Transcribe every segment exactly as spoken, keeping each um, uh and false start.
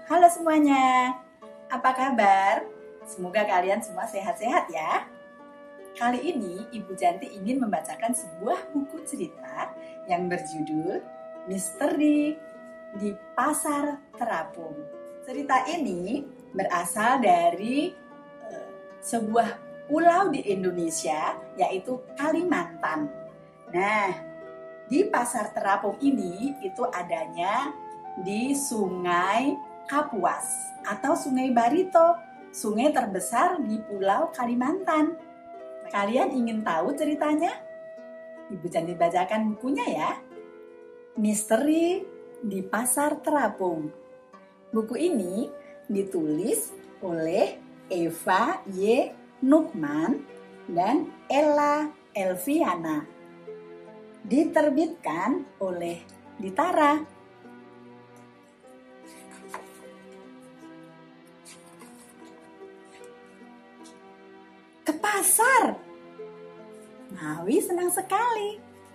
Halo semuanya, apa kabar? Semoga kalian semua sehat-sehat ya. Kali ini Ibu Janti ingin membacakan sebuah buku cerita yang berjudul Misteri di Pasar Terapung. Cerita ini berasal dari uh, sebuah pulau di Indonesia, yaitu Kalimantan. Nah, di Pasar Terapung ini itu adanya di Sungai Kapuas atau Sungai Barito, sungai terbesar di Pulau Kalimantan. Kalian ingin tahu ceritanya? Ibu Janti bacakan bukunya ya. Misteri di Pasar Terapung. Buku ini ditulis oleh Eva Y. Nukman dan Ella Elviana. Diterbitkan oleh Litara. Ke pasar. Mawi senang sekali.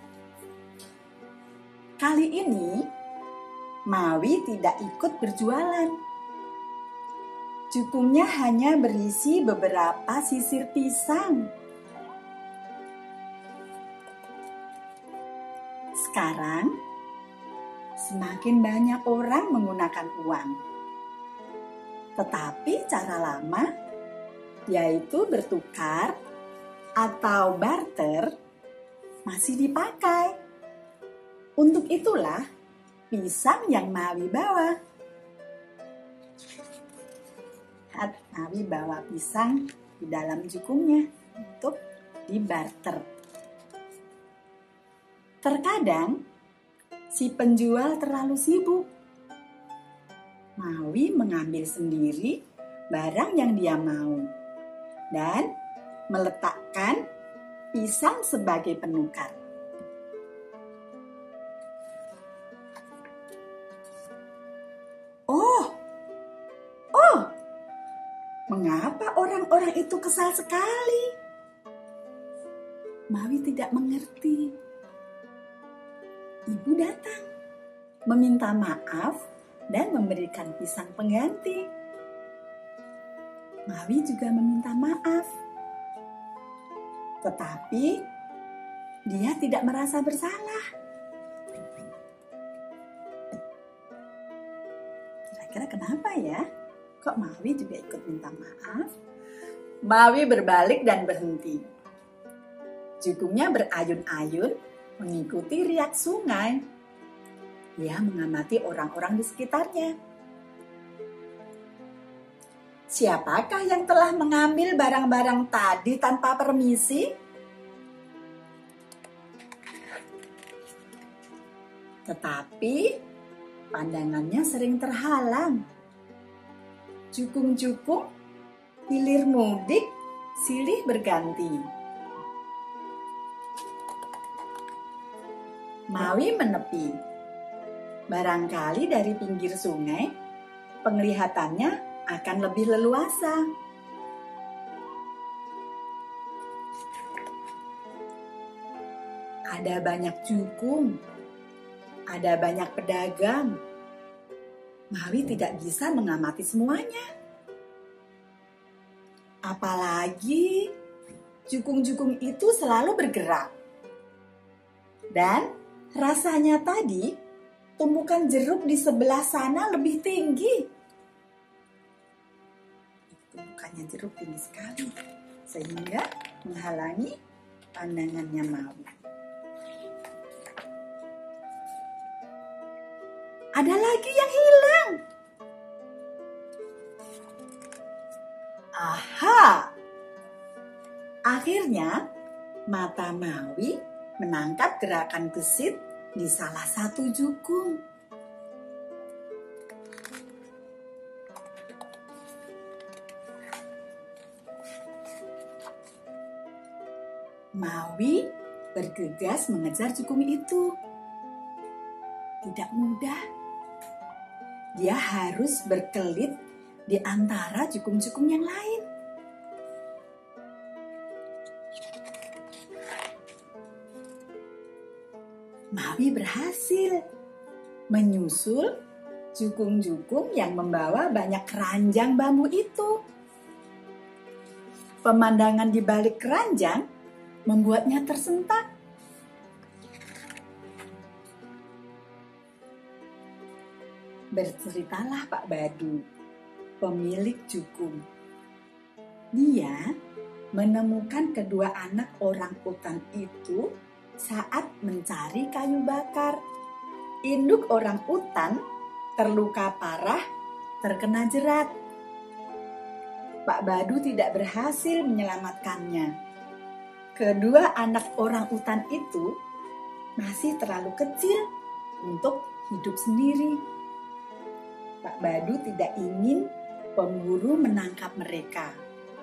Kali ini Mawi tidak ikut berjualan. Jukungnya hanya berisi beberapa sisir pisang. Sekarang semakin banyak orang menggunakan uang. Tetapi cara lama, yaitu bertukar atau barter, masih dipakai. Untuk itulah pisang yang Mawi bawa. Lihat, Mawi bawa pisang di dalam jukungnya untuk dibarter. Terkadang si penjual terlalu sibuk. Mawi mengambil sendiri barang yang dia mau dan meletakkan pisang sebagai penukar. Oh, oh, mengapa orang-orang itu kesal sekali? Mawi tidak mengerti. Ibu datang, meminta maaf dan memberikan pisang pengganti. Mawi juga meminta maaf. Tetapi dia tidak merasa bersalah. Kira-kira kenapa ya? Kok Mawi juga ikut minta maaf? Mawi berbalik dan berhenti. Jukungnya berayun-ayun mengikuti riak sungai. Dia mengamati orang-orang di sekitarnya. Siapakah yang telah mengambil barang-barang tadi tanpa permisi? Tetapi pandangannya sering terhalang. Jukung-jukung, hilir mudik, silih berganti. Mawi menepi. Barangkali dari pinggir sungai, penglihatannya akan lebih leluasa. Ada banyak jukung, ada banyak pedagang. Mawi tidak bisa mengamati semuanya. Apalagi jukung-jukung itu selalu bergerak. Dan rasanya tadi tumbukan jeruk di sebelah sana lebih tinggi. Tumbukannya jeruk tinggi sekali, sehingga menghalangi pandangannya Mawi. Ada lagi yang hilang. Aha! Akhirnya mata Mawi menangkap gerakan gesit di salah satu jukung. Mawi bergegas mengejar jukung itu. Tidak mudah. Dia harus berkelit di antara jukung-jukung yang lain. Mawi berhasil menyusul jukung-jukung yang membawa banyak keranjang bambu itu. Pemandangan di balik keranjang membuatnya tersentak. Berceritalah Pak Badu, pemilik jukung. Dia menemukan kedua anak orang utan itu saat mencari kayu bakar. Induk orang utan terluka parah, terkena jerat. Pak Badu tidak berhasil menyelamatkannya. Kedua anak orang utan itu masih terlalu kecil untuk hidup sendiri. Pak Badu tidak ingin pemburu menangkap mereka.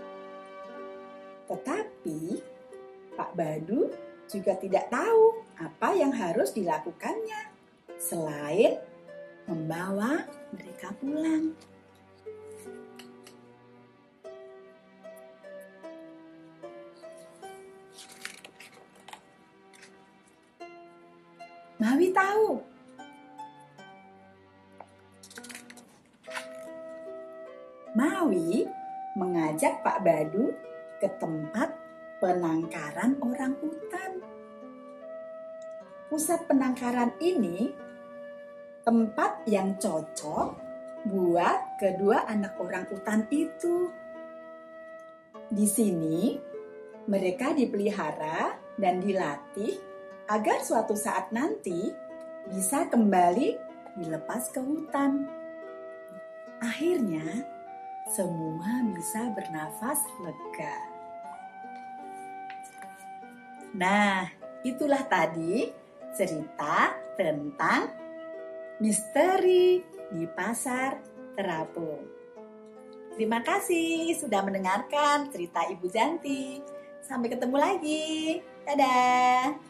Tetapi Pak Badu juga tidak tahu apa yang harus dilakukannya selain membawa mereka pulang. Mawi tahu. Mawi mengajak Pak Badu ke tempat penangkaran orang utan. Pusat penangkaran ini tempat yang cocok buat kedua anak orang utan itu. Di sini mereka dipelihara dan dilatih agar suatu saat nanti bisa kembali dilepas ke hutan. Akhirnya semua bisa bernafas lega. Nah, itulah tadi cerita tentang misteri di Pasar Terapung. Terima kasih sudah mendengarkan cerita Ibu Janti. Sampai ketemu lagi. Dadah.